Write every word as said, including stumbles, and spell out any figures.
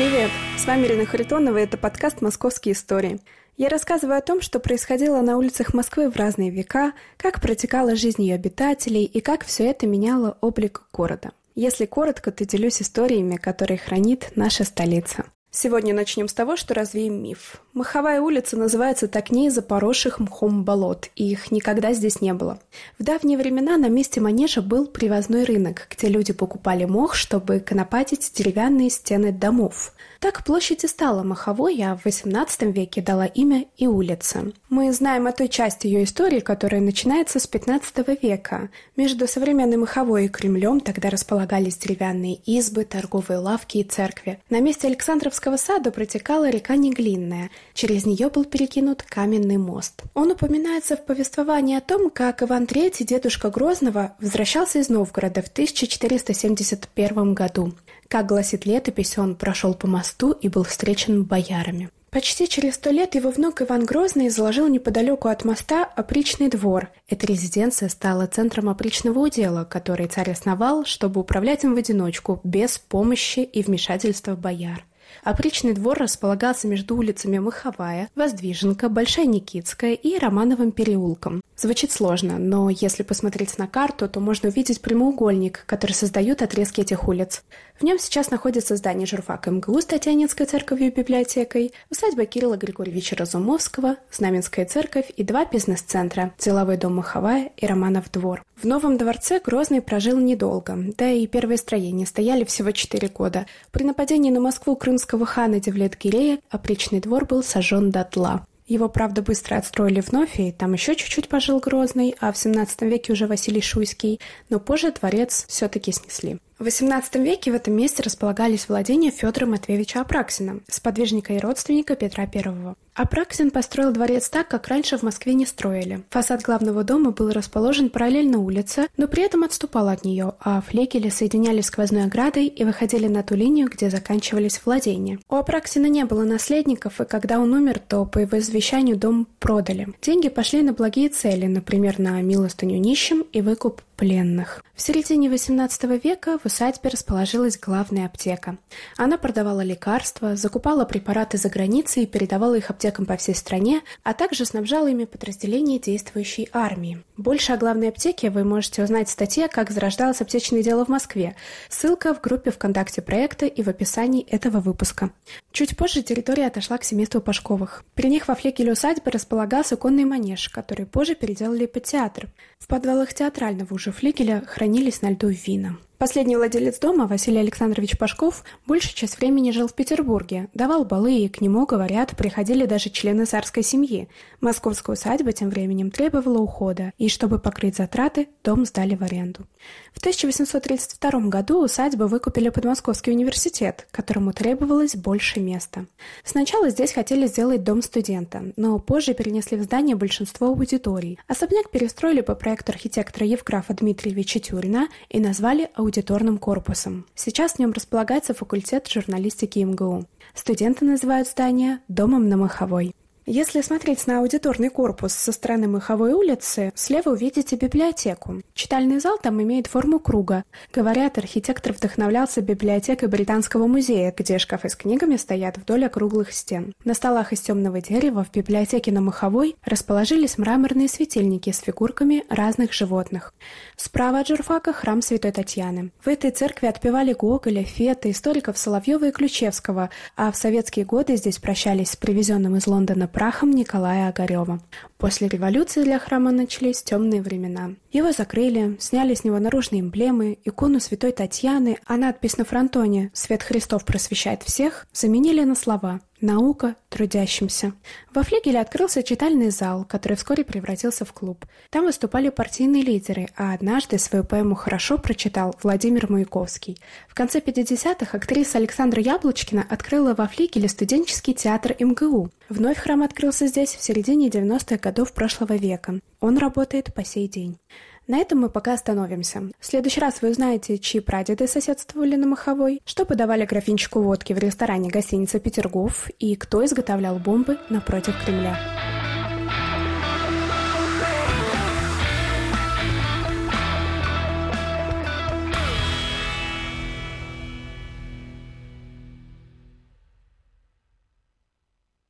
Привет! С вами Ирина Харитонова, и это подкаст «Московские истории». Я рассказываю о том, что происходило на улицах Москвы в разные века, как протекала жизнь ее обитателей и как все это меняло облик города. Если коротко, то делюсь историями, которые хранит наша столица. Сегодня начнем с того, что развеем миф. Моховая улица называется так не из-за поросших мхом болот, и их никогда здесь не было. В давние времена на месте манежа был привозной рынок, где люди покупали мох, чтобы конопатить деревянные стены домов. Так площадь и стала моховой, а в восемнадцатом веке дала имя и улица. Мы знаем о той части ее истории, которая начинается с пятнадцатого века. Между современной Моховой и Кремлем тогда располагались деревянные избы, торговые лавки и церкви. На месте Александровского сада протекала река Неглинная. Через нее был перекинут каменный мост. Он упоминается в повествовании о том, как Иван Третий, дедушка Грозного, возвращался из Новгорода в тысяча четыреста семьдесят первом году. Как гласит летопись, он прошел по мосту и был встречен боярами. Почти через сто лет его внук Иван Грозный заложил неподалеку от моста опричный двор. Эта резиденция стала центром опричного удела, который царь основал, чтобы управлять им в одиночку, без помощи и вмешательства бояр. Опричный двор располагался между улицами Моховая, Воздвиженка, Большая Никитская и Романовым переулком. Звучит сложно, но если посмотреть на карту, то можно увидеть прямоугольник, который создают отрезки этих улиц. В нем сейчас находится здание журфака эм гэ у с Татьянинской церковью и библиотекой, усадьба Кирилла Григорьевича Разумовского, Знаменская церковь и два бизнес-центра – деловой дом Моховая и Романов двор. В новом дворце Грозный прожил недолго, да и первые строения стояли всего четыре года. При нападении на Москву крымского хана Девлет-Гирея опричный двор был сожжен дотла. Его, правда, быстро отстроили вновь, и там еще чуть-чуть пожил Грозный, а в семнадцатом веке уже Василий Шуйский, но позже дворец все-таки снесли. В восемнадцатом веке в этом месте располагались владения Федора Матвеевича Апраксина, сподвижника и родственника Петра Первого. Апраксин построил дворец так, как раньше в Москве не строили. Фасад главного дома был расположен параллельно улице, но при этом отступал от нее, а флигели соединялись сквозной оградой и выходили на ту линию, где заканчивались владения. У Апраксина не было наследников, и когда он умер, то по его завещанию дом продали. Деньги пошли на благие цели, например, на милостыню нищим и выкуп пленных. В середине восемнадцатого века в усадьбе расположилась главная аптека. Она продавала лекарства, закупала препараты за границей и передавала их аптекам по всей стране, а также снабжала ими подразделения действующей армии. Больше о главной аптеке вы можете узнать в статье «Как зарождалось аптечное дело в Москве». Ссылка в группе ВКонтакте проекта и в описании этого выпуска. Чуть позже территория отошла к семейству Пашковых. При них во флигеле усадьбы располагался конный манеж, который позже переделали под театр. В подвалах театрального уже флигеля хранились на льду вина. Последний владелец дома, Василий Александрович Пашков, большую часть времени жил в Петербурге, давал балы, и к нему, говорят, приходили даже члены царской семьи. Московская усадьба тем временем требовала ухода, и чтобы покрыть затраты, дом сдали в аренду. В тысяча восемьсот тридцать втором году усадьбу выкупили под Московский университет, которому требовалось больше места. Сначала здесь хотели сделать дом студента, но позже перенесли в здание большинство аудиторий. Особняк перестроили по проекту архитектора Евграфа Дмитриевича Тюрина и назвали аудиторным корпусом. Сейчас в нем располагается факультет журналистики эм гэ у. Студенты называют здание «Домом на Моховой». Если смотреть на аудиторный корпус со стороны Моховой улицы, слева увидите библиотеку. Читальный зал там имеет форму круга. Говорят, архитектор вдохновлялся библиотекой Британского музея, где шкафы с книгами стоят вдоль округлых стен. На столах из темного дерева в библиотеке на Моховой расположились мраморные светильники с фигурками разных животных. Справа от журфака храм Святой Татьяны. В этой церкви отпевали Гоголя, Фета, историков Соловьева и Ключевского, а в советские годы здесь прощались с привезенным из Лондона прахом Николая Огарева. После революции для храма начались темные времена. Его закрыли, сняли с него наружные эмблемы, икону Святой Татьяны, а надпись на фронтоне «Свет Христов просвещает всех» заменили на слова «Наука трудящимся». Во флигеле открылся читальный зал, который вскоре превратился в клуб. Там выступали партийные лидеры, а однажды свою поэму хорошо прочитал Владимир Маяковский. В конце пятидесятых актриса Александра Яблочкина открыла во флигеле студенческий театр эм гэ у. Вновь храм открылся здесь в середине девяностых годов прошлого века. Он работает по сей день. На этом мы пока остановимся. В следующий раз вы узнаете, чьи прадеды соседствовали на Моховой, что подавали графинчику водки в ресторане гостиницы «Петергоф» и кто изготовлял бомбы напротив Кремля.